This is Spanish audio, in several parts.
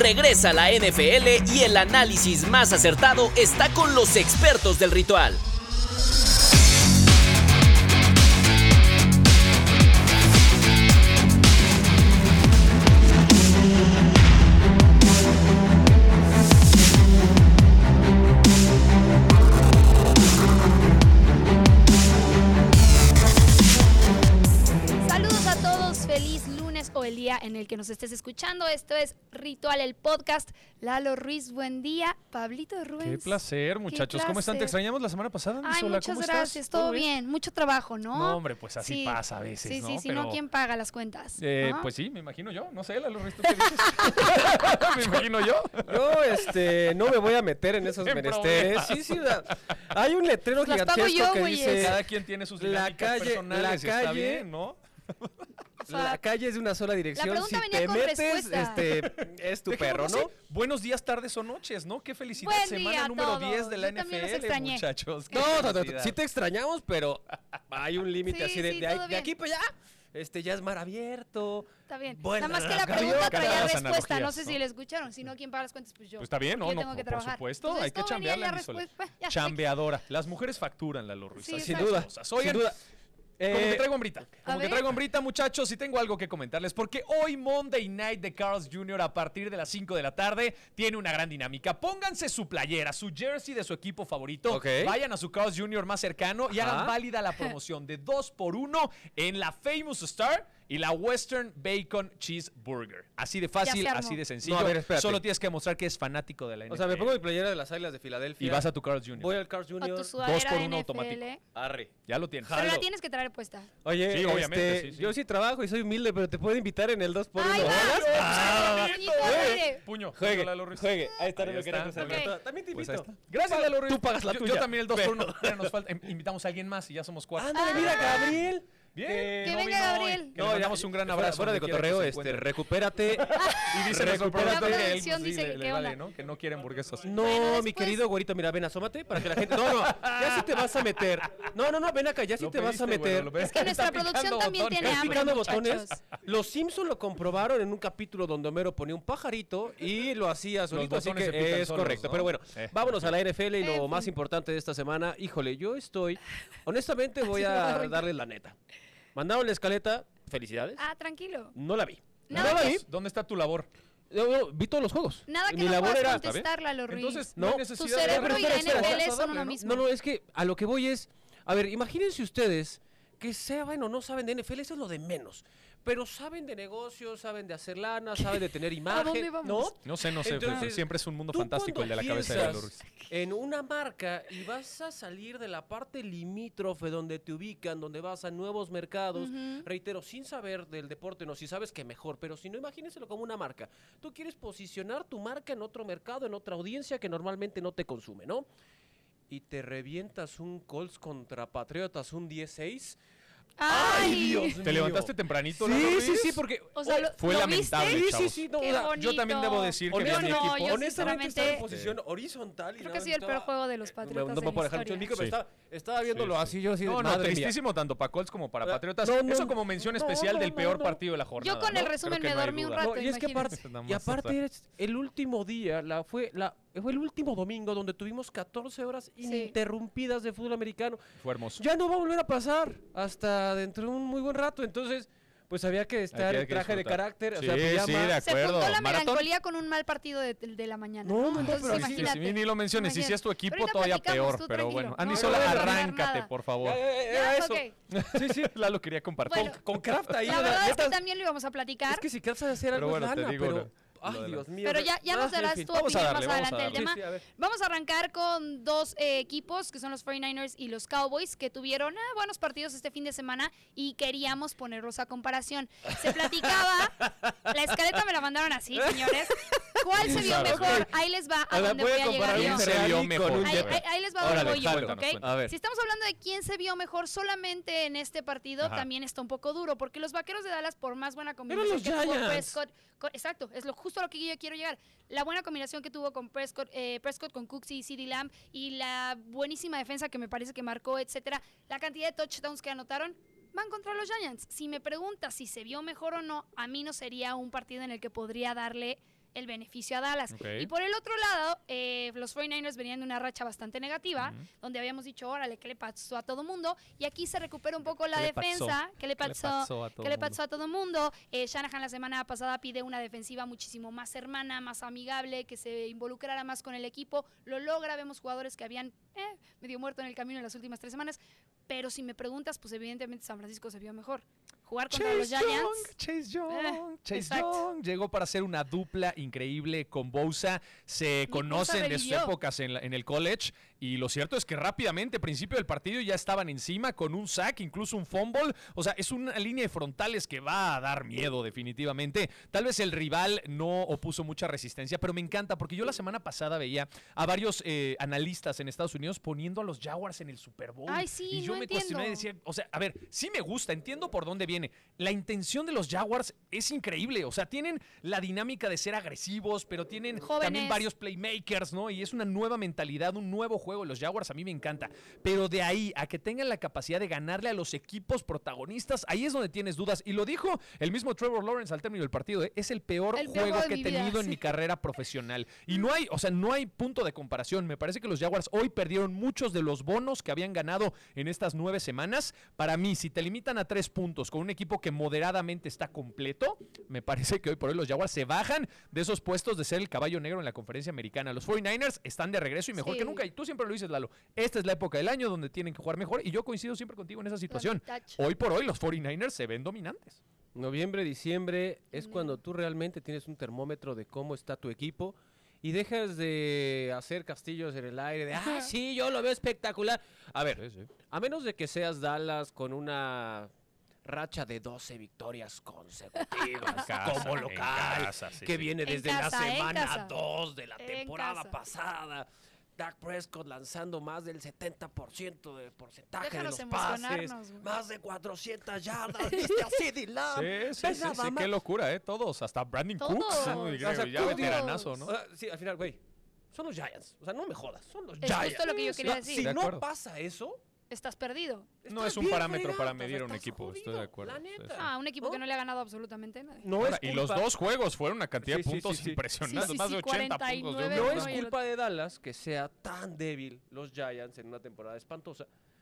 Regresa la NFL y el análisis más acertado está con los expertos del ritual. El día en el que nos estés escuchando. Esto es Ritual, el podcast. Lalo Ruiz, buen día. Pablito Rubens. Qué placer, muchachos. ¿Cómo están? ¿Te extrañamos la semana pasada, Ay, Sola? muchas ¿Cómo gracias. estás? Todo bien. Mucho trabajo, ¿no? No, hombre, pues así pasa a veces, sí, ¿no? Sí, si no, ¿quién paga las cuentas? ¿No? Pues sí, me imagino yo. No sé, Lalo Ruiz, ¿tú qué dices? Me imagino yo. Yo, no me voy a meter en esos menesteres. Sí, hay un letrero gigantesco que dice... Cada quien tiene sus dinámicas personales. Está bien, ¿no? La calle es de una sola dirección. La pregunta si venía te con metes, es tu perro, ¿no? Buenos días, tardes o noches, ¿no? Qué felicidad. Buen semana día número a 10 de la todos. Yo también los NFL, extrañé. muchachos. No, sí te extrañamos, pero hay un límite así de aquí para allá. Ya es mar abierto. Está bien. Bueno, nada más que la pregunta traía respuesta. analogías, no sé si la escucharon. Si no, ¿quién paga las cuentas? Pues yo. Pues está bien, ¿no? Yo tengo que por trabajar. supuesto. Entonces, hay que chambearle a mi Sola. Chambeadora. Las mujeres facturan, Lalo Ruiz. Sí, sin duda. Oigan, sin duda. Como que traigo hambrita, muchachos, y tengo algo que comentarles, porque hoy Monday Night de Carl's Jr. a partir de las 5 de la tarde tiene una gran dinámica. Pónganse su playera, su jersey de su equipo favorito, vayan a su Carl's Jr. más cercano y hagan válida la promoción de 2x1 en la Famous Star y la Western Bacon Cheeseburger. Así de fácil, así de sencillo. No, a ver, espérate. Solo tienes que mostrar que es fanático de la NFL. O sea, me pongo mi playera de las Águilas de Filadelfia. Y vas a tu Carl's Jr. Voy al Carl's Jr. O tu sudadera 2x1 NFL. automático. Arre. Ya lo tienes. Pero la tienes que traer puesta. Oye, Sí, obviamente, sí. yo sí trabajo y soy humilde, pero te puedo invitar en el 2x1. Ay, Puño. Juegue, Lalo Ruiz. juegue. Ahí está, Ahí lo queremos está. hacer. Ok. También te Pues invito. ahí está. Gracias, Lalo Ruiz. Tú pagas la tuya. Yo también el 2x1. Mira, nos falta. Invitamos a alguien más y ya somos 4. Ándale, mira, Gabriel. Bien. Que venga Gabriel. Que le damos un gran abrazo. Fuera de donde quiera cotorreo, que se encuentre. recupérate. Y dice nuestro recupérate. productor que él producción pues, dice que qué vale, onda. ¿no? Que no quiere hamburguesas. No, Bueno, mi después- querido güerito, mira, ven, asómate para que la gente... No, ya sí te vas a meter. No, ven acá, ya sí Lo te vas a pediste, meter. güey, lo pediste. Es que nuestra Está picando producción también botones. tiene ¿Estás hambre, picando muchachos. botones? Los Simpsons lo comprobaron en un capítulo donde Homero ponía un pajarito y lo hacía solito, así botones se que pican es solos, correcto. ¿no? Pero bueno, vámonos a la NFL y En lo fin. más importante de esta semana. Híjole, yo estoy... Honestamente voy a darle la neta. Mandaron la escaleta, felicidades. Ah, tranquilo. No la vi. Nada No la que- vi. ¿Dónde está tu labor? Yo vi todos los juegos. Nada que Mi no labor puedas era... contestar, Lalo Ruiz. Entonces, No. no hay Tu necesidad de cerebro darle- y la espera, NFL vamos a son darle, uno ¿no? mismo. No, es que a lo que voy es... A ver, imagínense ustedes que saben o no saben de NFL, eso es lo de menos. Pero saben de negocios, saben de hacer lana, saben de tener imagen. dónde vamos? ¿No? No sé, Entonces, siempre es un mundo Tú fantástico el de la cuando cabeza de Lalo Ruiz. piensas en una marca y vas a salir de la parte limítrofe donde te ubican, donde vas a nuevos mercados, reitero, sin saber del deporte, no, si sabes que mejor, pero si no, imagínenselo como una marca. Tú quieres posicionar tu marca en otro mercado, en otra audiencia que normalmente no te consume, ¿no? Y te revientas un Colts contra Patriotas, un 10-6. Ay, Dios ¿Te mío! levantaste tempranito, Lalo Sí, Ruiz? sí, sí, porque... O sea, Fue ¿lo lamentable, viste? Sí, chavos. sí, no, Qué o sea, bonito. Yo también debo decir que vi a mi no, equipo. yo honestamente estaba en sinceramente- posición horizontal. Y Creo nada que ha más sido el peor estaba- juego de los Patriotas No en me puedo la dejar mucho el historia. micro, pero estaba viéndolo así, yo así de No, madre mía. tristísimo tanto para Colts como para Patriotas. No, no, Eso como mención no, especial no, del no, peor no. partido de la jornada. Yo con ¿no? el resumen Creo que me no hay dormí un duda. rato. No, y es que imagínate. aparte, es el último día, fue el último domingo donde tuvimos 14 horas ininterrumpidas de fútbol americano. Fue hermoso. Ya no va a volver a pasar hasta dentro de un muy buen rato, entonces pues había que estar Hay en que traje de disfrutar. carácter, o Sí, sea, pijama. sí, de Se acuerdo. juntó la Maratón. melancolía con un mal partido de la mañana. No, no, Entonces, pero sí, imagínate. Sí, ni lo menciones. Y si es tu equipo, Ahorita todavía platicamos, peor. tú Pero tranquilo. bueno. Andy No, Sola, no voy a hablar arráncate, nada. por favor. Era eso. Ok. Sí, sí. Lalo quería compartir. Bueno. Con Kraft ahí. La verdad es que neta, también lo íbamos a platicar. es que si Kraft sabe hacer Pero algo bueno, es te lana, digo, pero... lo Ay, de Dios mío. Pero ya nos en darás fin. tu Vamos a opinión darle, más vamos a adelante del darle. tema. Sí, sí, a ver. Vamos a arrancar con dos equipos que son los 49ers y los Cowboys que tuvieron buenos partidos este fin de semana y queríamos ponerlos a comparación. Se platicaba, la escaleta me la mandaron así, señores. ¿Cuál se vio Sabes, mejor? Ahí les va a A ver, donde voy voy a a llegar comparar yo. un Se vio cereal mejor. con un Ahí, jet. ahí les va donde Órale, voy yo, cuéntanos, ¿ok? cuéntanos. A ver. Si estamos hablando de quién se vio mejor solamente en este partido, Ajá. también está un poco duro, porque los Vaqueros de Dallas, por más buena combinación los que tuvo Giants. Prescott, exacto, es justo a lo que yo quiero llegar. La buena combinación que tuvo con Prescott con Cooks y CeeDee Lamb y la buenísima defensa que me parece que marcó, etcétera, la cantidad de touchdowns que anotaron, van contra los Giants. Si me preguntas si se vio mejor o no, a mí no sería un partido en el que podría darle el beneficio a Dallas. Ok. Y por el otro lado, los 49ers venían de una racha bastante negativa, donde habíamos dicho, órale, ¿qué le pasó a todo mundo? Y aquí se recupera un poco la ¿Qué le pasó? defensa. ¿Qué le pasó? a todo ¿Qué le mundo? pasó a todo mundo? Shanahan la semana pasada pide una defensiva muchísimo más hermana, más amigable, que se involucrara más con el equipo. Lo logra, vemos jugadores que habían medio muerto en el camino en las últimas 3 semanas. Pero si me preguntas, pues evidentemente San Francisco se vio mejor. Jugar contra los Giants. Chase Young exacto. llegó para hacer una dupla increíble con Bosa. Se Bosa conocen de sus revivió. épocas en el college. Y lo cierto es que rápidamente, principio del partido, ya estaban encima con un sack, incluso un fumble. O sea, es una línea de frontales que va a dar miedo definitivamente. Tal vez el rival no opuso mucha resistencia, pero me encanta porque yo la semana pasada veía a varios analistas en Estados Unidos poniendo a los Jaguars en el Super Bowl. Ay, sí, y yo no me entiendo. cuestioné y decía, o sea, a ver, sí me gusta, entiendo por dónde viene. La intención de los Jaguars es increíble. O sea, tienen la dinámica de ser agresivos, pero tienen Jóvenes. también varios playmakers, ¿no? Y es una nueva mentalidad, un nuevo juego. Los Jaguars a mí me encanta. Pero de ahí a que tengan la capacidad de ganarle a los equipos protagonistas, ahí es donde tienes dudas. Y lo dijo el mismo Trevor Lawrence al término del partido, ¿eh? Es el peor El peor juego de que he mi vida, tenido en sí. mi carrera profesional. Y no hay, o sea, no hay punto de comparación. Me parece que los Jaguars hoy perdieron muchos de los bonos que habían ganado en estas 9 semanas. Para mí, si te limitan a 3 puntos con un equipo que moderadamente está completo, me parece que hoy por hoy los Jaguars se bajan de esos puestos de ser el caballo negro en la conferencia americana. Los 49ers están de regreso y mejor Sí. que nunca. Y tú siempre lo dices, Lalo. Esta es la época del año donde tienen que jugar mejor. Y yo coincido siempre contigo en esa situación. Hoy por hoy los 49ers se ven dominantes. Noviembre, diciembre es cuando tú realmente tienes un termómetro de cómo está tu equipo y dejas de hacer castillos en el aire de, ah, sí, yo lo veo espectacular. A ver, a menos de que seas Dallas con una racha de 12 victorias consecutivas como local, que viene En desde casa, la en semana casa. 2 de la En temporada casa. pasada. Dak Prescott lanzando más del 70% de porcentaje Déjanos de los pases, emocionarnos, güey. más de 400 yardas, viste a CeeDee Lamb. ¿Ves nada más? qué locura, ¿eh? Todos, hasta Brandon Todos. Cooks. ¿no? O Ya sea, todos. veteranazo, ¿no? O sea, sí, al final, güey, son los Giants. O sea, no me jodas, son los Es Giants. justo lo que yo quería O sea, decir. Si De no acuerdo. pasa eso, Estás perdido. No estás es un bien parámetro fregado, para o sea, medir a un estás equipo, estoy jodido, de acuerdo. la Sí, neta. sí. Un equipo ¿No? que no le ha ganado absolutamente a nadie. No Ahora, es y los culpa- dos juegos fueron una cantidad de Sí, sí, puntos sí, sí. impresionantes, Sí, sí, más de sí, 80 puntos. 49, de un No juego. es culpa de Dallas que sea tan débil los Giants en una temporada espantosa,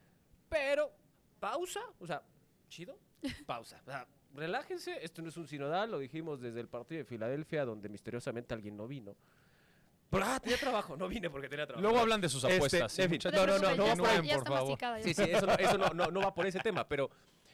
pero pausa, o sea, chido, pausa. O sea, relájense, esto no es un sinodal, lo dijimos desde el partido de Filadelfia, donde misteriosamente alguien no vino. Pero, tenía trabajo, no vine porque tenía trabajo. Luego hablan de sus apuestas. sí, en fin, muchachos. te no, preocupes, no, ya no, está- continúen, ya por está favor. masticada, ya Sí, está. sí, eso no va por ese tema, pero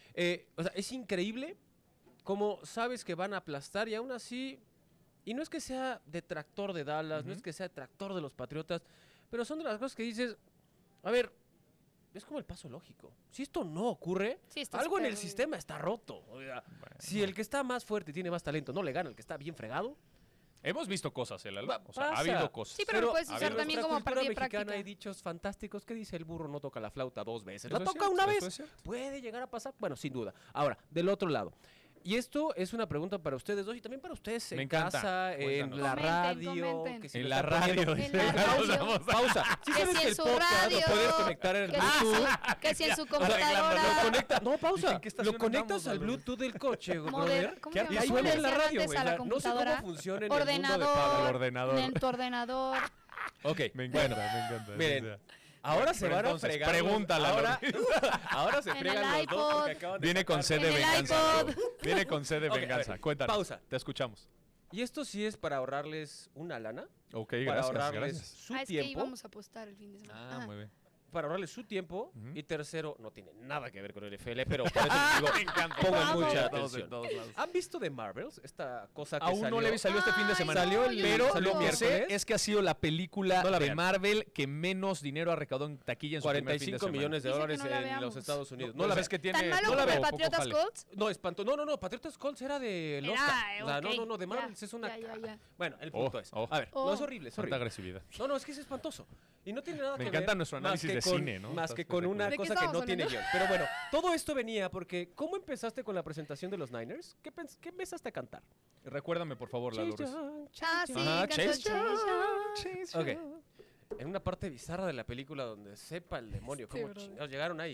o sea, es increíble cómo sabes que van a aplastar y aún así, y no es que sea detractor de Dallas, no es que sea detractor de los Patriotas, pero son de las cosas que dices, a ver, es como el paso lógico. Si esto no ocurre, Sí, estás algo en el perdido. sistema está roto. O sea, si el que está más fuerte y tiene más talento no le gana al que está bien fregado, Hemos visto cosas, Lalo. Va- O sea, ha pasa. habido cosas. Sí, pero lo puedes a usar ver, también en como nuestra partida de cultura mexicana práctica. hay dichos fantásticos que dice el burro no toca la flauta 2 veces. Eso La es toca cierto, una eso vez. es cierto. Puede llegar a pasar. Bueno, sin duda. Ahora, del otro lado. Y esto es una pregunta para ustedes dos y también para ustedes Me en encanta. casa, en Cuéntanos. la Comenten, radio. comenten. Que si En lo la están poniendo- radio. En la radio. Pausa. Si Que sabes si que en el su podcast radio, lo puedes conectar en el que si en su- Bluetooth. que si en su Lo computadora. conectas, no, pausa. Dije, ¿en qué estación Lo conectas andamos, al Lalo? Bluetooth del coche, Moder- brother. ¿cómo ¿Qué se llama? Y haces? ¿Cómo suena le en la decían radio, antes güey. a la O sea, no sé cómo computadora? funciona en el mundo de Ordenador. Pablo. El ordenador. En tu ordenador. Ok, Me encanta, me encanta. miren, ahora se Pero van a entonces, fregar. pregúntala, Ahora se En fregan el los dos iPod. porque acaban de Viene con sacar- sed de En el venganza. iPod. Lalo. Viene con sed de Ok, a venganza. ver, Cuéntanos. pausa. Te escuchamos. Y esto sí es para ahorrarles una lana, Ok, para gracias, ahorrarles gracias. su Es que tiempo, íbamos a apostar el fin de semana. Ah, Ajá. muy bien. para ahorrarles su tiempo. Ujú. Y tercero, no tiene nada que ver con el FL, pero por eso les digo, Me encanta. pongan Vamos. mucha Todos de atención. todos lados. ¿Han visto The Marvels? Esta cosa que Aún salió. no le salió este fin de Ay, semana. Salió el- pero salió lo que sé miércoles. es que ha sido la película No la de vean. Marvel que menos dinero ha recaudado en taquilla en su primer fin de 45 semana. millones de Dice que dólares no la en veamos. los Estados Unidos. No, No la ves ves que tiene. ¿Tan malo no la como veo, poco Patriotas jale. Colts? No, espanto. No, Patriotas Colts era del Era, Oscar. O sea, ok, no, de ya, Marvels es una... ya. Bueno, el punto Oh, es... oh. A ver, Oh. no es horrible, es Tanta horrible. agresividad. No, es que es espantoso. Y no tiene nada Me que encanta ver nuestro más análisis que de con- cine, ¿no? Más Está que con una ¿De qué cosa que no estamos tiene hablando? guión. Pero bueno, todo esto venía porque ¿cómo empezaste con la presentación de los Niners? ¿Qué empezaste a cantar? Recuérdame, por favor, la Lourdes. Ah, sí, Ajá, cantó Chase Chase Young. Ok. En una parte bizarra de la película donde sepa el demonio cómo brother. chingados llegaron ahí,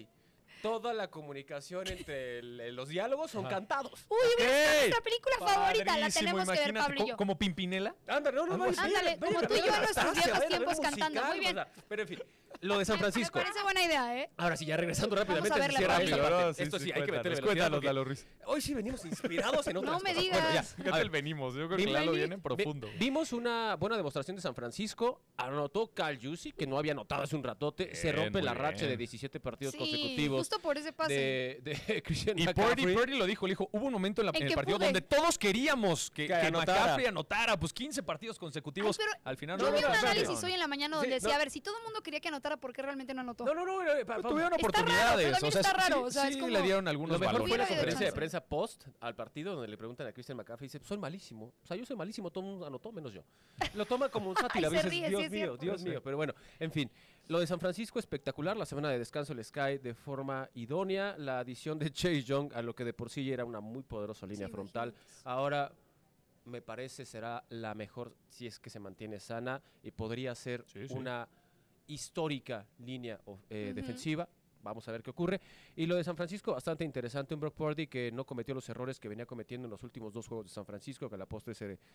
toda la comunicación entre los diálogos son cantados. Uy, nuestra película favorita, la Padrísimo, tenemos que ver, imagínate, Pablo y yo. ¿Como Pimpinela? Ándale, no, Ándale, como tú y yo en nuestros viejos tiempos cantando, muy bien. Pero en fin, lo de San Francisco. Me parece buena idea, ¿eh? Ahora sí, ya regresando rápidamente, Vamos a se verla cierra rápido. esta parte. No, sí, Esto sí, sí, hay que meterle cuéntanos, velocidad cuéntanos, porque Lalo Ruiz. hoy sí venimos inspirados en otras No me cosas. digas. Bueno, ya. Fíjate A ver, el venimos, yo creo que Lalo viene en profundo. Vimos una buena demostración de San Francisco. Anotó Cal Juicy, que no había anotado hace un ratote. Se Bien, rompe la muy racha bien. de 17 partidos Sí, consecutivos justo por ese pase. de Christian Y McCaffrey. Purdy lo dijo, hubo un momento en En el que partido pude. donde todos queríamos que anotara. McCaffrey anotara, pues 15 partidos consecutivos. Ay, pero Al final Yo no vi lo un lograron. análisis hoy en la mañana Sí, donde decía, no. a ver, si todo el mundo quería que anotara, ¿por qué realmente no anotó? No, Tuvieron Está oportunidades. raro, también está raro, o sea, sí, es como- le dieron algunos Lo mejor balones. fue la Hubiera habido conferencia de chance. prensa post al partido donde le preguntan a Christian McCaffrey y dice, soy malísimo. O sea, yo soy malísimo, todo el mundo anotó menos yo. Lo toma como un sátira. Ay, se Dices, ríe, sí, Dios es mío, cierto. Dios mío. Pero bueno, en fin. Lo de San Francisco, espectacular. La semana de descanso les cae de forma idónea. La adición de Chase Young a lo que de por sí ya era una muy poderosa línea Sí, frontal. Ahora, me parece, será la mejor si es que se mantiene sana y podría ser Sí, sí. una histórica línea Ujú. defensiva. Vamos a ver qué ocurre. Y lo de San Francisco, bastante interesante. Un Brock Purdy que no cometió los errores que venía cometiendo en los últimos 2 juegos de San Francisco, que a la postre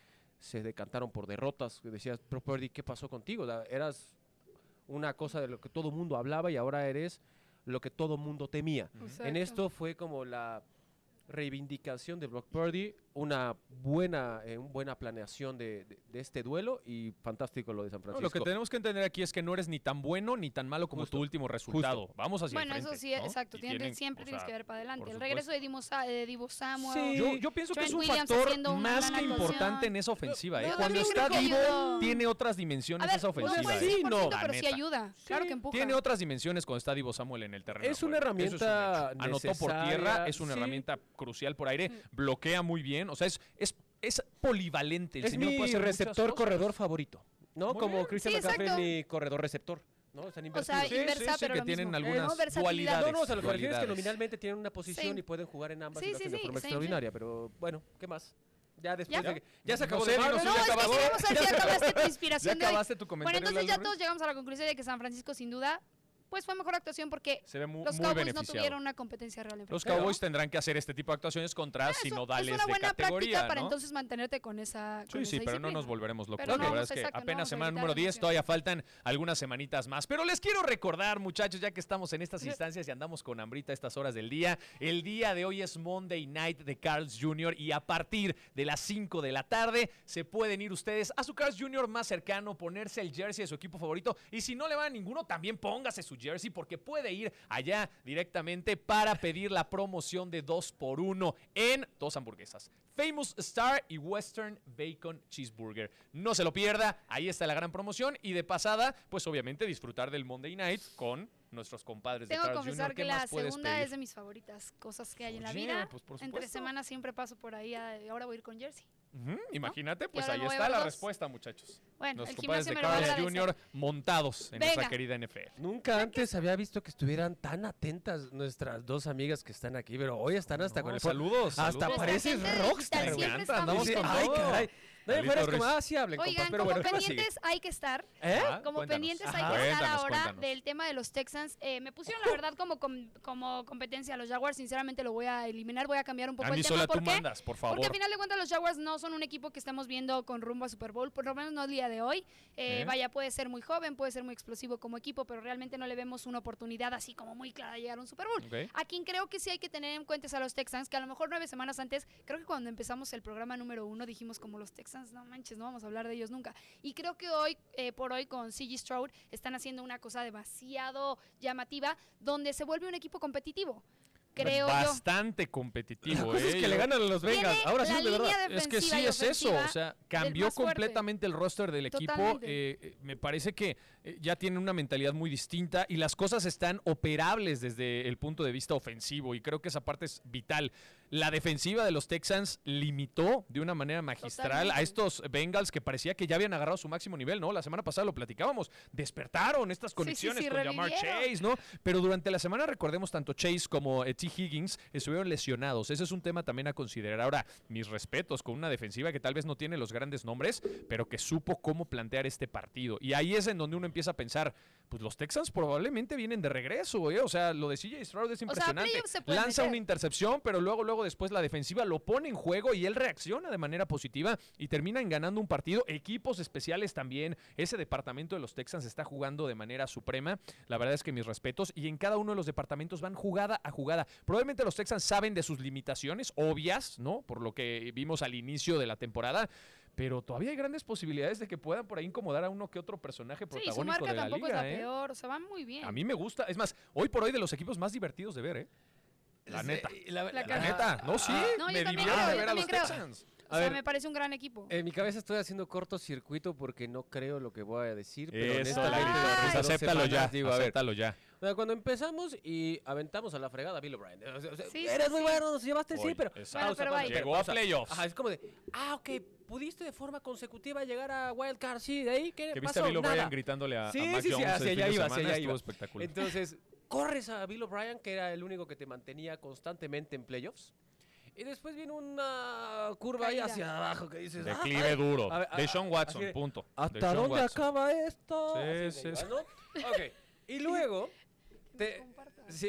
se decantaron por derrotas. Decías, Brock Purdy, ¿qué pasó contigo? Eras una cosa de lo que todo mundo hablaba y ahora eres lo que todo mundo temía. En esto fue como la reivindicación de Brock Purdy, una buena planeación de este duelo y fantástico lo de San No, Francisco. lo que tenemos que entender aquí es que no eres ni tan bueno ni tan malo como Justo, tu último resultado. Vamos hacia Bueno, el eso frente, sí, ¿no? exacto. Y tienen, Siempre o tienes sea, que ver para adelante. por El regreso de Divo Samuel. Sí. Yo pienso que Trent es un Williams factor haciendo una más gran que actuación. importante en esa ofensiva. Pero Cuando también está creo que Divo, ayudó. tiene otras dimensiones A ver, esa no ofensiva. fue el ¿eh? 100%, no, la pero sí neta. ayuda. Claro que empuja. Tiene otras dimensiones cuando está Divo Samuel en el terreno. Es de una juego. Eso es un herramienta hecho. Anotó por necesaria, tierra, es una sí. herramienta crucial por aire, bloquea muy bien, o sea, es polivalente. El Es señor mi puede hacer muchas receptor cosas. corredor favorito, ¿no? Muy Como bien. Christian Sí, McCaffrey, exacto. mi corredor receptor, ¿no? Están O invertidos. sea, Sí, inversa, sí, pero que lo tienen mismo. algunas No, versatilidad. dualidades. No, o sea, lo que me refiero es que dualidades. nominalmente tienen una posición Sí. y pueden jugar en ambas Sí, y lo sí, hacen de sí, forma same, extraordinaria, pero bueno, ¿qué más? Ya después ¿Ya? de que ya se No acabó sé, de dinos si No, ya es que acabó. queremos así acabaste tu inspiración de hoy. acabaste tu Bueno, comentario, entonces ya Lalo todos Ruiz? llegamos a la conclusión de que San Francisco, sin duda, pues fue mejor actuación porque Se ve muy, los muy Cowboys no beneficiado. tuvieron una competencia real. Los enfrente. Cowboys tendrán que hacer este tipo de actuaciones contra Eso sinodales es una de buena categoría, práctica para ¿no? entonces mantenerte con esa Sí, sí, pero no nos disciplina. volveremos locos. Pero La no, verdad es que exacto, no apenas vamos a semana evitar número 10, emoción. todavía faltan algunas semanitas más. Pero les quiero recordar, muchachos, ya que estamos en estas instancias y andamos con hambrita a estas horas del día, el día de hoy es Monday Night de Carl's Jr. y a partir de las 5 de la tarde se pueden ir ustedes a su Carl's Jr. más cercano, ponerse el jersey de su equipo favorito y si no le va a ninguno, también póngase su jersey porque puede ir allá directamente para pedir la promoción de 2x1 en 2 hamburguesas. Famous Star y Western Bacon Cheeseburger. No se lo pierda, ahí está la gran promoción y de pasada, pues obviamente disfrutar del Monday Night con nuestros compadres Tengo de que Carl's confesar Jr. que ¿Qué la más puedes segunda pedir? es de mis favoritas cosas que hay en la Oye, vida. pues, por Entre supuesto. semanas siempre paso por ahí. Ahora voy a ir con jersey. Imagínate, pues ahora ahí me voy a está ver la 2. respuesta, muchachos. Bueno, Los el compadres gimnasio de me lo va a Carl's agradecer. Jr. montados en Venga. esa querida NFL. Nunca antes había visto que estuvieran tan atentas nuestras dos amigas que están aquí, pero hoy están hasta No, con el saludos. Hasta saludos. pareces Nuestra gente rockstar, digital güey. siempre encanta, andamos estamos con Ay, todo. caray. No, Lalito fuera es como, Ruiz. sí hablen, Oigan, compas, pero como bueno, ¿qué más sigue? pendientes hay que estar. ¿Eh? Como Cuéntanos. pendientes hay Ajá. que estar Cuéntanos, ahora cuéntanos. del tema de los Texans. Me pusieron, la verdad, como competencia a los Jaguars. Sinceramente lo voy a eliminar. Voy a cambiar un poco Ani el tema. Sola, tú ¿Por qué? mandas, por favor. Porque al final de cuentas los Jaguars no son un equipo que estamos viendo con rumbo a Super Bowl, por lo menos no el día de hoy. Vaya, puede ser muy joven, puede ser muy explosivo como equipo, pero realmente no le vemos una oportunidad así como muy clara de llegar a un Super Bowl. Ok. A quien creo que sí hay que tener en cuenta es a los Texans, que a lo mejor 9 semanas antes, creo que cuando empezamos el programa número 1 dijimos como los Texans, no manches, no vamos a hablar de ellos nunca. Y creo que hoy, por hoy con C.J. Stroud, están haciendo una cosa demasiado llamativa, donde se vuelve un equipo competitivo. Creo yo. Bastante competitivo, La cosa es que le ganan a los Bengals. Tiene Ahora sí, la de verdad. línea Es que sí defensiva y es eso, ofensiva o sea, del cambió más fuerte. completamente el roster del equipo. Totalmente. Me parece que ya tienen una mentalidad muy distinta y las cosas están operables desde el punto de vista ofensivo y creo que esa parte es vital. La defensiva de los Texans limitó de una manera magistral Totalmente. a estos Bengals que parecía que ya habían agarrado su máximo nivel, ¿no? La semana pasada lo platicábamos. Despertaron estas conexiones con Jamar revivieron. Chase, ¿no? Pero durante la semana, recordemos, tanto Chase como T. Higgins estuvieron lesionados. Ese es un tema también a considerar. Ahora, mis respetos con una defensiva que tal vez no tiene los grandes nombres, pero que supo cómo plantear este partido. Y ahí es en donde uno empieza a pensar, pues los Texans probablemente vienen de regreso, ¿eh? O sea, lo de CJ Stroud es impresionante. playoffs se pueden Lanza meter. una intercepción, pero luego después la defensiva lo pone en juego y él reacciona de manera positiva y terminan ganando un partido. Equipos especiales también. Ese departamento de los Texans está jugando de manera suprema. La verdad es que mis respetos. Y en cada uno de los departamentos van jugada a jugada. Probablemente los Texans saben de sus limitaciones obvias, ¿no? Por lo que vimos al inicio de la temporada. Pero todavía hay grandes posibilidades de que puedan por ahí incomodar a uno que otro personaje Sí, su protagónico marca de la tampoco liga, es la ¿eh? peor. O sea, van muy bien. A mí me gusta. Es más, hoy por hoy de los equipos más divertidos de ver, ¿eh? La neta. La La cara. neta. No, sí. No, yo me también divierte creo, ver yo a los también creo. Texans. O A sea, ver, me parece un gran equipo. En mi cabeza estoy haciendo cortocircuito porque no creo lo que voy a decir, pero Eso, honestamente, Ay. durante pues dos acéptalo ya. semanas, digo, a ver, Acéptalo ya. o sea, cuando empezamos y aventamos a la fregada a Bill O'Brien. Sí, Eres sí, muy sí. bueno, nos llevaste, sí, Oye, pero... exacto. Bueno, pero vaya. Llegó a playoffs. Ajá, es como de, ok, pudiste de forma consecutiva llegar a Wild Card, sí, de ahí, ¿qué Que pasó? viste a Bill O'Brien Nada. gritándole a Sí, Mac sí, sí, Jones hacia el allá fin de iba, semana, hacia allá estuvo iba. espectacular. Entonces, corres a Bill O'Brien, que era el único que te mantenía constantemente en playoffs. Y después viene una curva ahí Caída. hacia abajo que dices... Declive ay, duro. a ver, De Sean Watson, así de, punto. ¿hasta Deshaun dónde Watson. acaba esto? Sí, Así sí, de, sí. ¿no? Ok, y luego... sí,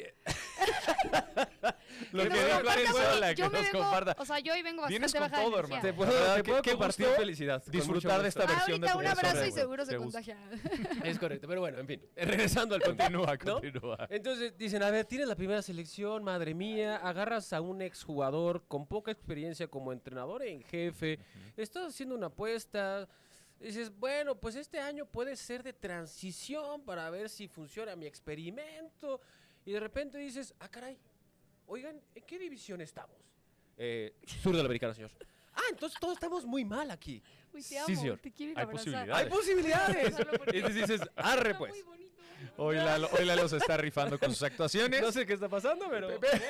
Lo que nos dijo comparta, Arezola, porque que yo me nos vengo- comparta. O sea, yo hoy vengo Vienes bastante con baja de todo, energía. hermano. te puedo, ¿Verdad? te puedo Qué compartir gusto felicidad. con disfrutar mucho de esta gusto. versión de Ahorita tu un persona, abrazo y güey. seguro se Qué gusto. contagia. Es correcto, pero bueno, en fin, regresando al Continúa, ¿no? continúa. Entonces dicen, a ver, tienes la primera selección, madre mía, agarras a un exjugador con poca experiencia como entrenador en jefe, estás haciendo una apuesta, dices, bueno, pues este año puede ser de transición para ver si funciona mi experimento, y de repente dices, ah, caray, oigan, ¿en qué división estamos? Sur de la americana, señor. Ah, entonces todos estamos muy mal aquí. Uy, te Sí, amo, señor. te quiero ir a Hay abrazar. posibilidades. ¡Hay posibilidades! Solo porque- Y entonces dices, arre Está pues. muy bonito. Hoy Lalo se está rifando con sus actuaciones. No sé qué está pasando, pero...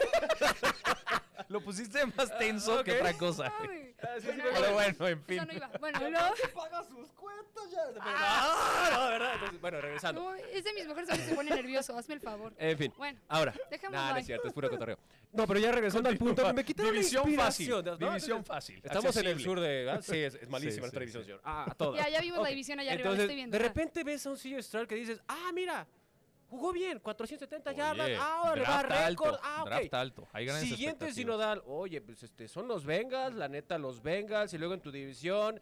Lo pusiste más tenso Ok. que otra cosa. Ay, Pero bueno, en fin. eso no iba. Bueno, luego- paga sus cuentas ya. No, ¿verdad? Entonces, bueno, regresando. no, es de mis mejores amigos, se pone nervioso, hazme el favor. En fin. Bueno, Ahora. dejémoslo No, no ahí. es cierto, es puro cotorreo. No, pero ya regresando al punto, me quitaron División la fácil. inspiración, ¿no? División Entonces, fácil. Estamos en el accesible. sur de... ¿ah? Sí, es malísima Sí, nuestra sí, división, sí. señor. Ah, a todas. Ya vimos la Ok. división allá arriba, la Entonces, estoy viendo. de ya. repente ves a un CJ Stroud que dices, ah, mira, jugó bien, 470 Oye, yardas, ahora va draft récord, alto, ah, ok. draft alto. Hay grandes Siguiente expectativas. sinodal, oye, pues son los Bengals, la neta, los Bengals, y luego en tu división,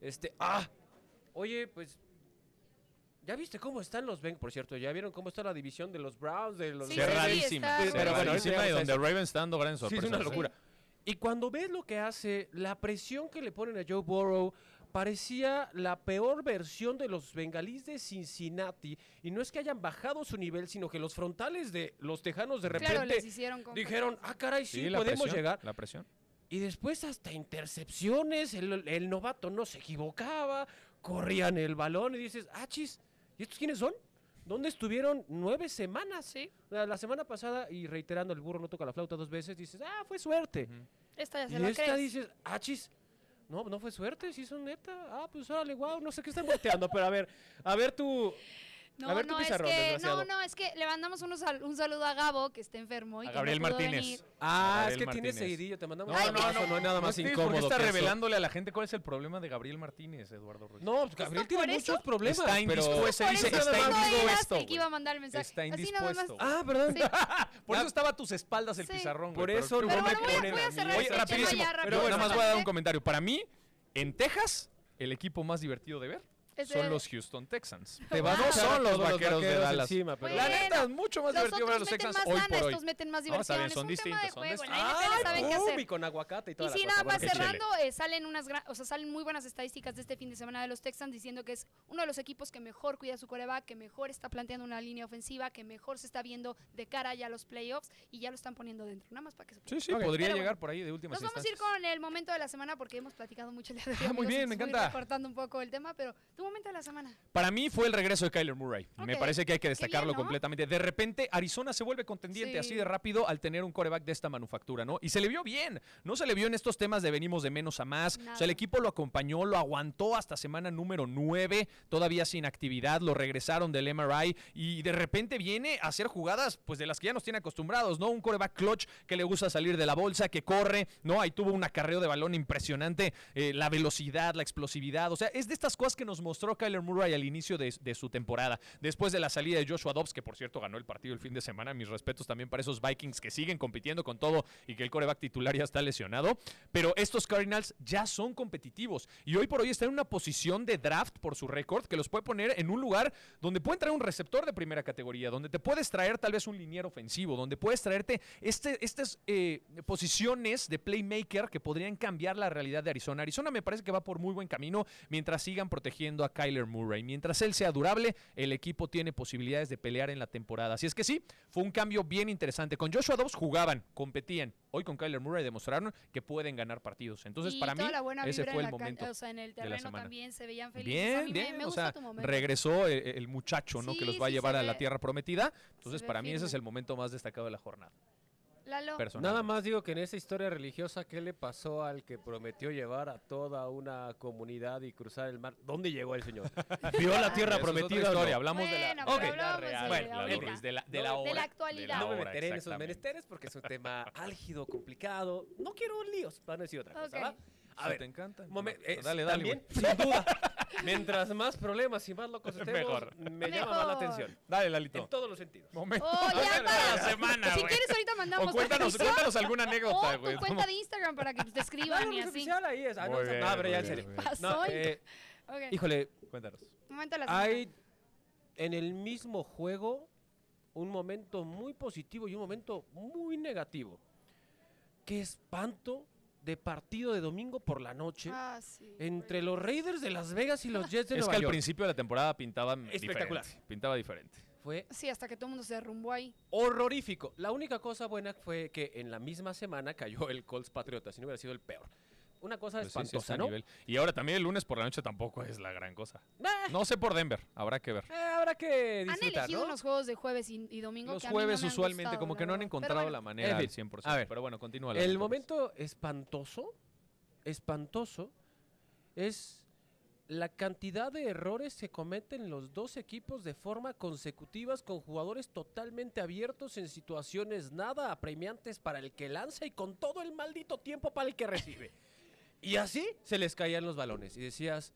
oye, pues, ¿ya viste cómo están los Bengals? Por cierto, ¿ya vieron cómo está la división de los Browns, de los Sí, Ravens? Cerradísima. está Pero bueno, Cerradísima ahorita y llegamos a donde eso. Ravens está dando grandes Sí, es sorpresas. una locura. Y cuando ves lo que hace, la presión que le ponen a Joe Burrow, parecía la peor versión de los bengalíes de Cincinnati. Y no es que hayan bajado su nivel, sino que los frontales de los tejanos de repente Claro, les hicieron dijeron, ah, caray, sí, la podemos presión, llegar. La presión. Y después hasta intercepciones, el novato no se equivocaba, corrían el balón y dices, ah, chis, ¿y estos quiénes son? ¿Dónde estuvieron 9 semanas? Sí, La semana pasada, y reiterando, el burro no toca la flauta 2 veces, dices, ah, fue suerte. esta ya se Y la esta crees. dices, ah, chis, no fue suerte, sí son neta. Ah, pues órale, wow, no sé qué están volteando, pero a ver tú. No, A ver tu no, es pizarrón, que, desgraciado. es que le mandamos un saludo a Gabo, que está enfermo y A que Gabriel no pudo Martínez. venir. Ah, Gabriel es que Martínez. tienes seguidillo, te mandamos Ay, un abrazo, mira. no hay nada más ¿Por incómodo qué está que eso. revelándole a la gente cuál es el problema de Gabriel Martínez, Eduardo Ruiz? No, pues Gabriel ¿Justo tiene por eso? muchos problemas, Está pero... indispuesto, Por dice, eso está no eras indispuesto. el que iba a güey. mandar el mensaje. Está Así nada más. indispuesto. Ah, perdón. Por eso estaba a tus espaldas el Sí. pizarrón, Por güey, eso pero Pero tú bueno, me voy a pones- cerrar Oye, ese tema rapidísimo, ya, pero rapidísimo. nada más voy a dar un comentario. Para mí, en Texas, el equipo más divertido de ver Ese- son los Houston Texans. Te vas a No echar a son los todos vaqueros de Dallas. encima, pero... Bueno, La neta, es mucho más Los divertido ver a otros los meten Texans más hoy lana, por hoy. estos meten más No, está diversión. bien, Es son un tema de distintos, son juego. En la distintos. NFL saben qué hacer. Y con aguacate y toda Y la sí, cosa. nada Bueno, más qué chile. cerrando, salen muy buenas estadísticas de este fin de semana de los Texans diciendo que es uno de los equipos que mejor cuida su quarterback, que mejor está planteando una línea ofensiva, que mejor se está viendo de cara ya a los playoffs y ya lo están poniendo dentro. Nada más para que se Sí, sí, Ok. podría Pero llegar bueno, por ahí de últimas Nos vamos a ir instancias. con el momento de la semana porque hemos platicado mucho el día de hoy. Ah, muy amigos, bien, y me voy encanta. recortando un poco el tema, pero tuvo momento de la semana? Para mí fue el regreso de Kyler Murray. Me Ok. parece que hay que destacarlo bien, ¿no? completamente. De repente, Arizona se vuelve contendiente Sí. así de rápido al tener un quarterback de esta manufactura, ¿no? Y se le vio bien. No se le vio en estos temas de venimos de menos a más. Nada. O sea, el equipo lo acompañó, lo aguantó hasta semana número 9, todavía sin actividad, lo regresaron del MRI y de repente viene a hacer jugadas, pues de las que ya nos tiene acostumbrados, ¿no? Un quarterback clutch que le gusta salir de la bolsa, que corre, ¿no? Ahí tuvo un acarreo de balón impresionante, la velocidad, la explosividad. O sea, es de estas cosas que nos mostró Kyler Murray al inicio de su temporada. Después de la salida de Joshua Dobbs, que por cierto ganó el partido el fin de semana, mis respetos también para esos Vikings que siguen compitiendo con todo y que el quarterback titular ya está lesionado. Pero estos Cardinals ya son competitivos y hoy por hoy están en una posición de draft por su récord que los puede poner en un lugar donde pueden traer un receptor de primera categoría, donde te puedes traer tal vez un liniero ofensivo, donde puedes traerte estas posiciones de playmaker que podrían cambiar la realidad de Arizona. Arizona me parece que va por muy buen camino mientras sigan protegiendo a Kyler Murray. Mientras él sea durable, el equipo tiene posibilidades de pelear en la temporada. Así es que sí, fue un cambio bien interesante. Con Joshua Dobbs jugaban, competían. Hoy con Kyler Murray demostraron que pueden ganar partidos. Entonces, Y para mí, toda la buena ese vibra fue en el la momento. o sea, en el de la terreno semana. también se veían felices. A Bien, mí bien. me O gusta sea, tu momento. regresó el muchacho, ¿no? Sí, Que los va a sí, llevar se a la ve. tierra prometida. Entonces, ve para mí, ese firme. es el momento más destacado de la jornada. Lalo. Personal. Nada más digo que en esa historia religiosa, ¿qué le pasó al que prometió llevar a toda una comunidad y cruzar el mar? ¿Dónde llegó el señor? ¿Vio la tierra Eso es otra prometida o no? historia. Hablamos de la, Bueno, pero de la hablamos de real, Bueno, Lalo ahorita. Ruiz, de la De la hora. De la actualidad. No me hora, meteré en esos exactamente. menesteres porque es un tema álgido, complicado. No quiero líos, van a decir otra cosa, Ok. ¿va? A Si ver, te encanta. dale, también, güey. sin duda. Mientras más problemas y más locos estemos, Mejor. me llama más la Mejor. atención. Dale, En Lalito. todos los sentidos. Momento. Oh, ya, de la para. semana, Si güey. quieres, ahorita mandamos O cuéntanos, permiso, cuéntanos alguna anécdota, o güey. tu cuenta de Instagram para que te escriban y es así. oficial, ahí es. Ah, no, Muy bien, no, pero ya muy en bien, serio. muy bien. No, Ok. híjole, Cuéntanos. Momento de la semana. hay en el mismo juego un momento muy positivo y un momento muy negativo. Qué espanto de partido de domingo por la noche Ah, sí. entre los Raiders de Las Vegas y los Jets de Es Nueva que al York. principio de la temporada pintaba Espectacular. diferente. Pintaba diferente. Fue Sí, hasta que todo el mundo se derrumbó ahí. horrorífico. La única cosa buena fue que en la misma semana cayó el Colts Patriotas, si no hubiera sido el peor. Una cosa Pues sí, sí espantosa, está a ¿no? nivel. Y ahora también el lunes por la noche tampoco es la gran cosa. Ah, No sé por Denver, habrá que ver. habrá que Han disfrutar, elegido ¿no? unos juegos de jueves y domingo Los que a mí no jueves me han usualmente gustado, como la que no han verdad. Pero encontrado bueno, la manera En fin, al 100%. a ver, pero bueno, continúa. El Lalito, momento espantoso es la cantidad de errores que cometen los dos equipos de forma consecutivas con jugadores totalmente abiertos en situaciones nada apremiantes para el que lanza y con todo el maldito tiempo para el que recibe. Y así se les caían los balones y decías,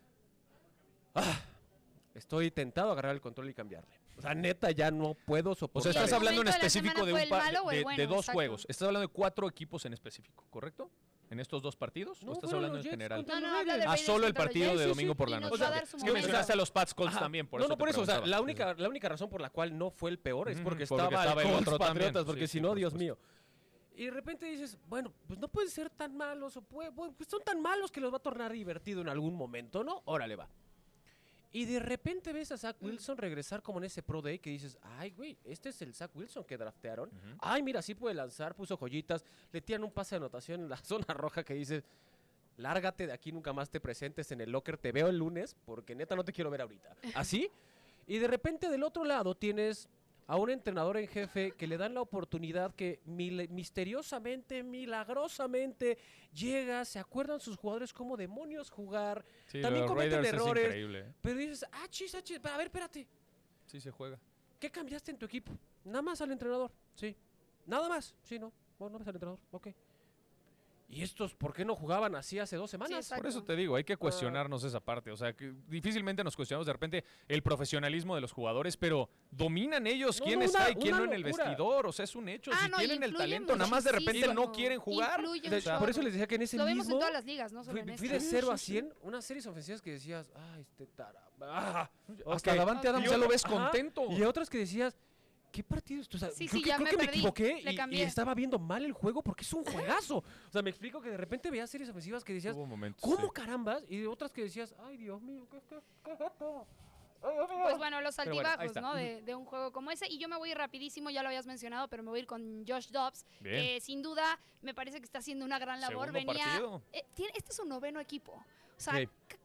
estoy tentado a agarrar el control y cambiarle. O sea, neta, ya no puedo O sea, soportar. estás el hablando en momento de la específico semana de, fue un el par- malo o el de bueno, dos exacto. juegos. Estás hablando de 4 equipos en específico, ¿correcto? ¿En estos 2 partidos? No, ¿O estás fueron hablando los en Jets general? contra No, los no, habla de Raiders. Raiders Solo el contra los partido Jets. de Sí, domingo sí, por y la nos noche. va a dar su Es que momento. mencionaste a los Pats Colts Ajá. también, por no, eso no, te por eso. O sea, preguntaba. la única razón por la cual no fue el peor es Ujú, porque porque estaba estaba el el Colts otro también. Patriotas, porque Sí, si sí, no, por Dios supuesto. mío. Y de repente dices, bueno, pues no pueden ser tan malos, pues son tan malos que los va a tornar divertido en algún momento, ¿no? Órale, va. Y de repente ves a Zach Wilson regresar como en ese Pro Day que dices, ay, güey, este es el Zach Wilson que draftearon. Ujú. Ay, mira, sí puede lanzar, puso joyitas, le tiran un pase de anotación en la zona roja que dices, lárgate de aquí, nunca más te presentes en el locker, te veo el lunes, porque neta no te quiero ver ahorita. ¿Así? Y de repente del otro lado tienes a un entrenador en jefe que le dan la oportunidad que misteriosamente, milagrosamente llega, se acuerdan sus jugadores cómo demonios jugar, Sí, también los cometen Raiders es errores. increíble, ¿eh? pero dices, achis, a ver, espérate, Sí se juega. ¿qué cambiaste en tu equipo? Nada más al entrenador, sí. Nada más, sí, no. Bueno, nada más al entrenador, ok. ¿Y estos por qué no jugaban así hace 2 semanas? exacto. Por eso te digo, hay que cuestionarnos esa parte. O sea, que difícilmente nos cuestionamos de repente el profesionalismo de los jugadores, pero dominan ellos No, quién no, está una- y quién una no en el locura. vestidor. O sea, es un hecho. Ah, Si no, tienen el influye talento, nada más de repente no muchísimo. quieren jugar. Influye De- un chorro. por eso les decía que en ese Lo vemos mismo... en todas las ligas, no solo en Fui esta. de 0 a 100, unas series ofensivas que decías, ay, este tara. Hasta ok. Davante Adams Y ya lo otro- ves ajá, contento. Y otras que decías, ¿qué partidos? O sea, Sí, creo sí, que, ya creo me que me perdí, equivoqué le y cambié. estaba viendo mal el juego porque es un juegazo. O sea, me explico que de repente veías series ofensivas que decías, Hubo momentos, ¿cómo sí. carambas? Y de otras que decías, ay, Dios mío, ¿qué es esto? Ay, Dios mío. Pues bueno, los Pero bueno, ahí altibajos, está. ¿no? De un juego como ese. Y yo me voy rapidísimo, ya lo habías mencionado, pero me voy a ir con Josh Dobbs. Bien. Sin duda, me parece que está haciendo una gran labor. Segundo partido. Este es su 9º equipo. O sea, Sí.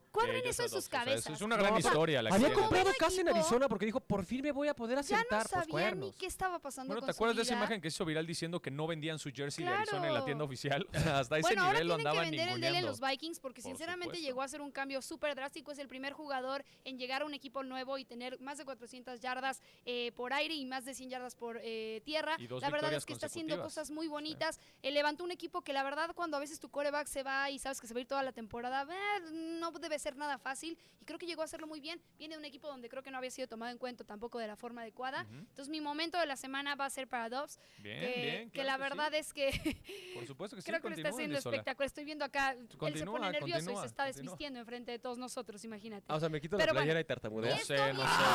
cuadren ellos eso en dos, sus cabezas. Es una gran No, historia la que Había tiene. comprado Nuevo casa en equipo. Arizona porque dijo, por fin me voy a poder Ya no asentar, pues sabía ni cuernos. qué estaba pasando Bueno, con ¿te acuerdas su de esa vida? imagen que hizo viral diciendo que no vendían su jersey de Claro. Arizona en la tienda oficial? Hasta ese Bueno, ahora nivel lo tienen que andaban vender el de él en ninguneando. los Vikings porque Por sinceramente supuesto. llegó a ser un cambio súper drástico. Es el primer jugador en llegar a un equipo nuevo y tener más de 400 yardas por aire y más de 100 yardas por tierra. Y dos La verdad victorias es que está haciendo consecutivas. cosas muy bonitas. Levantó un equipo que la verdad cuando a veces tu quarterback se va y sabes que se va a ir toda la temporada, no debe ser nada fácil. Y creo que llegó a hacerlo muy bien. Viene de un equipo donde creo que no había sido tomado en cuenta tampoco de la forma adecuada. Ujú. Entonces mi momento de la semana va a ser para Dobbs. Bien, que, bien. que claro la sí. verdad es que Por supuesto que sí, creo que lo está continúa, haciendo Andy Sola. espectacular. Estoy viendo acá, él se Continúa, pone nervioso y continúa, se está continúa. desvistiendo enfrente de todos nosotros, imagínate. Ah, o sea, me quito Pero la playera bueno. y tartamudeo. No Y sé, esto no viene- sé.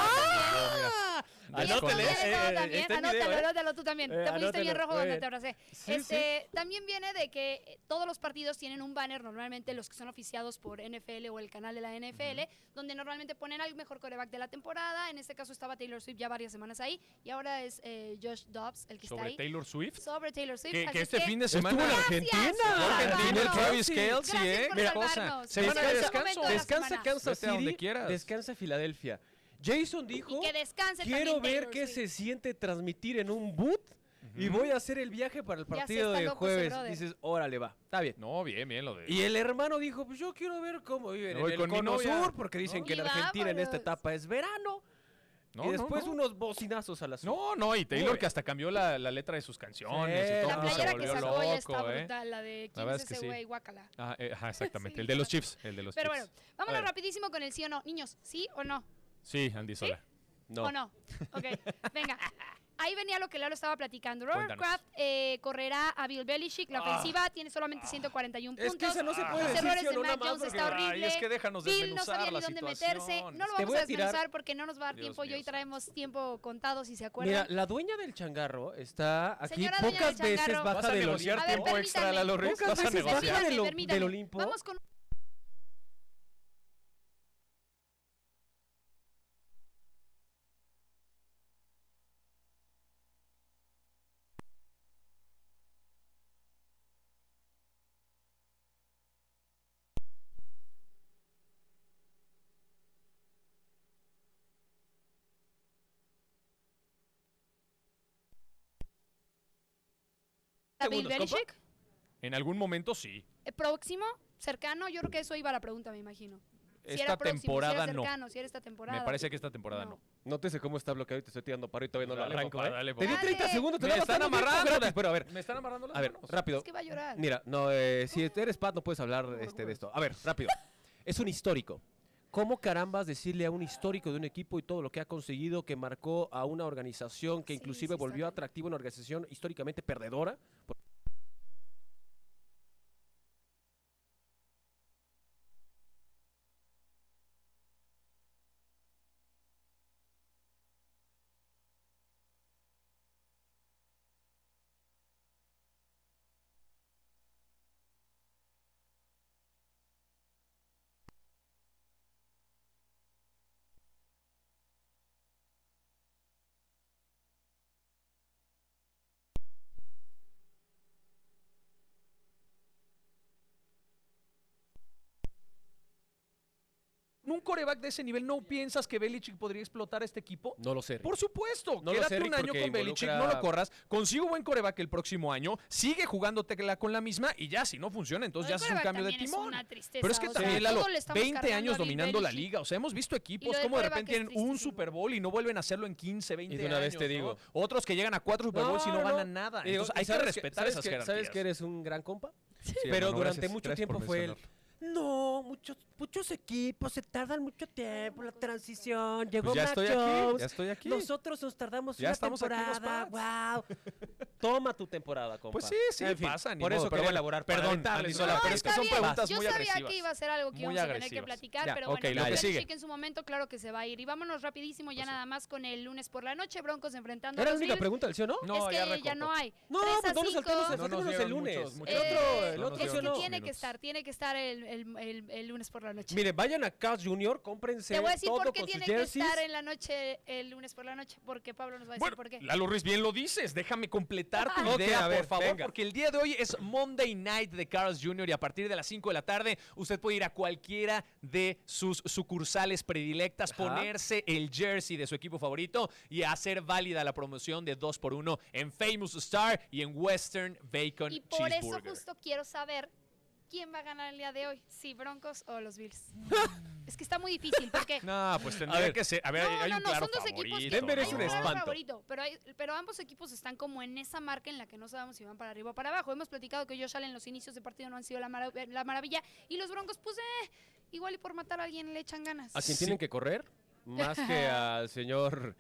¡Ah! Anótale, Y esto viene todo también, está en video, anótalo, ¿eh? anótalo tú también. Te pusiste Anótalo, bien rojo muy donde bien. te abracé. Sí, También viene de que todos los partidos tienen un banner, normalmente los que son oficiados por NFL o el canal de la NFL, donde normalmente ponen al mejor quarterback de la temporada. En este caso estaba Taylor Swift ya varias semanas ahí y ahora es Josh Dobbs el que está Sobre ahí. Taylor Swift. Sobre Taylor Swift. Que así este que fin de Estuvo semana. en Argentina. Argentina, Salvarnos. Travis Kelce, Gracias por Qué cosa. salvarnos. Semana de Ese es el descanso. momento de la Descansa semana. Kansas Vete a donde City, quieras. descansa Filadelfia. Jason Y dijo, que descanse quiero también ver Taylor qué Swift. se siente transmitir en un boot y voy a hacer el viaje para el Ya sé, partido está de loco ese jueves. brother. Dices, órale, va, está bien. No, bien, bien lo de. Y el hermano dijo, pues yo quiero ver cómo viven Me en voy el con mi cono novia. sur, porque dicen ¿No? que en Y Argentina en esta vámonos. etapa es verano. No, y después no. unos bocinazos a la sur. No, no, y Muy Taylor bien. que hasta cambió la letra de sus canciones Sí, y todo La el mundo se playera que volvió sacó ya loco, está ¿eh? brutal, la de quién verdad es es que ese sí. güey, guácala. Ajá, exactamente. Sí. El de los Chiefs. El de los Pero Chiefs. bueno, vámonos A ver. rapidísimo con el sí o no. Niños, ¿sí o no? Sí, Andy Sola. No. ¿O no? Ok, venga. Ahí venía lo que Lalo estaba platicando. Robert Cuéntanos. Kraft correrá a Bill Belichick. La ofensiva tiene solamente 141 Es puntos. que esa no se puede Los decir errores sí o de no nada Mac más Jones porque- está horrible. Ay, es que déjanos Bill no desmenuzar sabía la ni dónde situación. meterse. No lo Te vamos voy a a tirar- desmenuzar porque no nos va a dar Dios tiempo. Yo mío, hoy traemos tiempo contado, si se acuerdan. Mira, la dueña del changarro está aquí Señora dueña pocas del veces changarro. baja ¿Vas a del negociar A ver, tiempo extra, permítanme. Lalo Ruiz? Pocas ¿Vas a veces baja negociar? del Olimpo. Vamos con a Bill Segundos, compa. Belichick. En algún momento sí. Próximo, cercano, yo creo que eso iba a la pregunta, me imagino. Si Esta era próximo, temporada si era no. cercano, si era esta temporada. Me parece que esta temporada no. Nótese cómo está bloqueado y te estoy tirando paro y todavía no lo Dale, arranco. papá, ¿eh? dale, Te di papá. 30 Dale. segundos, te Me daba están tanto tiempo amarrando. gratis, pero a ver, Me están amarrando las a ver, manos. rápido. Es que va a llorar. Mira, no, si eres Pat no puedes hablar de esto. A ver, rápido. Es un histórico. ¿Cómo carambas decirle a un histórico de un equipo y todo lo que ha conseguido, que marcó a una organización que Sí, inclusive sí está volvió bien. atractiva, una organización históricamente perdedora? ¿Un coreback de ese nivel no piensas que Belichick podría explotar a este equipo? No lo sé. Por supuesto, No lo quédate sé, un Rick, año porque con Belichick, involucra- no lo corras, consigue un buen coreback el próximo año, sigue jugando tecla con la misma y ya, si no funciona, entonces ya El haces un quarterback cambio de también es timón. una tristeza, Pero es que o sea, también, todo Lalo, le estamos 20 cargando años a Bill dominando la Belichick. liga, o sea, hemos visto Y equipos lo del como de quarterback repente es tienen un tristísimo. Super Bowl y no vuelven a hacerlo en 15, 20 Y de una vez años, te ¿no? digo. Otros que llegan a 4 Super Bowls y no ganan nada. Y digo, Entonces hay que ¿sabes respetar sabes esas que- jerarquías. ¿Sabes que eres un gran compa? Sí, Pero hermano, durante gracias, mucho gracias por tiempo fue el... mencionarlo. No, muchos equipos se tardan mucho tiempo, la transición, llegó Pues ya Mac estoy aquí, Jones, ya estoy aquí. nosotros nos tardamos Ya una estamos aquí los temporada, wow. Toma tu temporada, compa. Pues sí, sí, En fin, pasa, ni por modo, eso pero quería bueno, elaborar. para perdón, aventarles Andy una Sola, pregunta. pero es que está son bien. preguntas Yo muy sabía agresivas. que iba a ser algo que Muy íbamos a tener que agresivas. platicar, Ya, pero ok, bueno, lo que Belichick sigue. en su momento claro que se va a ir. Y vámonos rapidísimo ya nada más con el lunes por la noche, Broncos enfrentando ¿Era a la los única Bills. pregunta del sí o no? No, es ya que ya recortó. no hay. No, 3 pues a no nos 5. saltemos, No nos saltémonos el dieron lunes. muchos- muchos- El otro, no el nos otro Es sí o que no. tiene que minutos. estar, el lunes por la noche. Mire, vayan a Carl Jr., cómprense Te voy a decir todo por qué con sus tiene que jerseys. estar en la noche, el lunes por la noche, porque Pablo nos va a decir Bueno, por qué. Lalo Ruiz, bien lo dices. Déjame completar completar tu Ok, idea, a ver, por favor, venga. porque el día de hoy es Monday Night de Carl's Jr. y a partir de las 5 de la tarde usted puede ir a cualquiera de sus sucursales predilectas, Ajá. ponerse el jersey de su equipo favorito y hacer válida la promoción de 2x1 en Famous Star y en Western Bacon Y por eso Cheeseburger. justo quiero saber quién va a ganar el día de hoy, si Broncos o los Bills. Es que está muy difícil porque... No, pues A tendría ver. que ser. A ver, hay un claro son dos favorito. equipos que Denver es hay un claro espanto. favorito, pero ambos equipos están como en esa marca en la que no sabemos si van para arriba o para abajo. Hemos platicado que Josh Allen en los inicios de partido no han sido la maravilla y los Broncos pues igual y por matar a alguien le echan ganas. ¿A quién Sí. tienen que correr? Más que al señor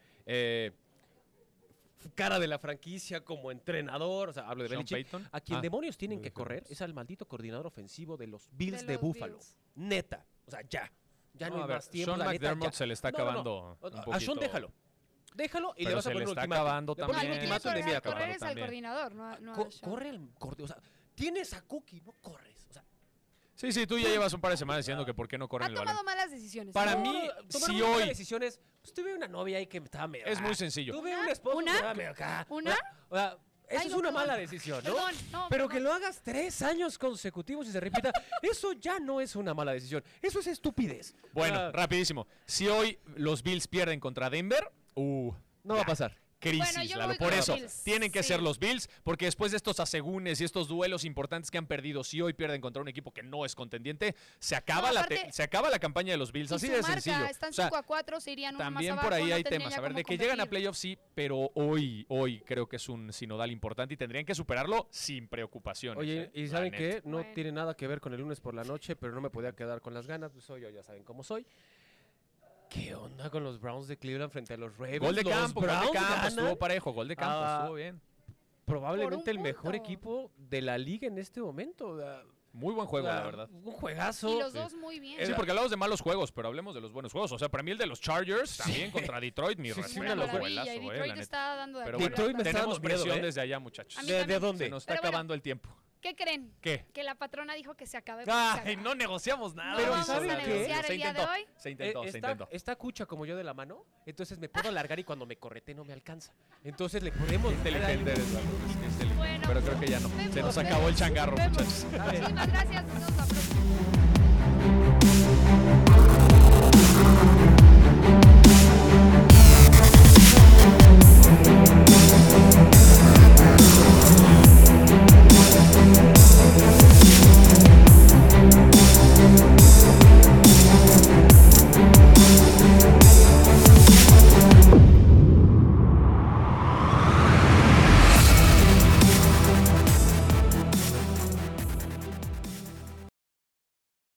cara de la franquicia como entrenador. O sea, hablo de Sean Belichick. Payton. A quien Ah. demonios tienen que de correr Bills. es al maldito coordinador ofensivo de los Bills De de los Buffalo. Bills. Neta. O sea, ya. Ya no, No, a hay ver, más tiempo. Sean la neta, McDermott ya. se le está No, no, no. acabando un A Sean poquito. déjalo. Déjalo y Pero le vas a se poner le un está ultimátum. acabando Le pones también. un Al que ultimátum de quiere mira, correr cabrón. es al también. coordinador, no a Sean. Corre el o sea, tienes a Cookie, no corres. O sea, Sí, tú ya llevas un par de semanas diciendo que por qué no Ha corren el balón. tomado malas decisiones. Para ¿no? mí, tomar si unas malas hoy- decisiones, pues tuve una novia ahí que me estaba medio. Es muy sencillo. Tuve un esposo ¿Una? que estaba medio acá. ¿Una? O sea, eso Ay, es no, una perdón. mala decisión, ¿no? Perdón, no, Pero perdón. que lo hagas 3 años consecutivos y se repita, eso ya no es una mala decisión. Eso es estupidez. Bueno, Ah, rapidísimo. Si hoy los Bills pierden contra Denver, no va a pasar. crisis, Bueno, yo Lalo. voy Por con eso, los Bills, tienen que sí. ser los Bills, porque después de estos asegúnes y estos duelos importantes que han perdido, si hoy pierden contra un equipo que no es contendiente, se acaba, No, la, aparte- se acaba la campaña de los Bills. Y Así su de marca, sencillo. están O sea, 5-4, se irían uno más también abajo, por ahí no hay tendrían temas. ya A ver, cómo de que llegan a competir. playoffs sí, pero hoy creo que es un sinodal importante y tendrían que superarlo sin preocupaciones. Oye, ¿y La saben neta. qué? No Bueno. tiene nada que ver con el lunes por la noche, pero no me podía quedar con las ganas. Pues soy yo, ya saben cómo soy. ¿Qué onda con los Browns de Cleveland frente a los Ravens? Gol de Los campo, Browns ganan. estuvo parejo, gol de campo, Ah, estuvo bien. Probablemente Por el un mejor punto. equipo de la liga en este momento. O sea, Muy buen juego, la verdad. Un juegazo. Y los dos muy bien. Sí, porque hablamos de malos juegos, pero hablemos de los buenos juegos. O sea, para mí el de los Chargers, también contra Detroit, mi Sí, sí, respeto, una Una locura. maravilla, y juegazo, Detroit la neta. está dando de Pero qué bueno, Detroit me hablar. está tenemos dando miedo, presión ¿eh? desde allá, muchachos. A mí ¿De también. dónde? Se nos está Pero bueno, acabando el tiempo. ¿Qué creen? ¿Qué? Que la patrona dijo que se acabe. Ay, no negociamos nada. Pero vamos ¿saben a qué? negociar Se el día de intentó, hoy. se intentó, se intentó. Está cucha como yo de la mano, entonces me puedo alargar y cuando me correte no me alcanza. Entonces le podemos... Inteligente eres, Lalo, es que inteligente. Bueno, Pero creo que ya no. Se vemos, nos acabó el changarro, vemos. muchachos. Muchísimas gracias. Nos vemos la próxima.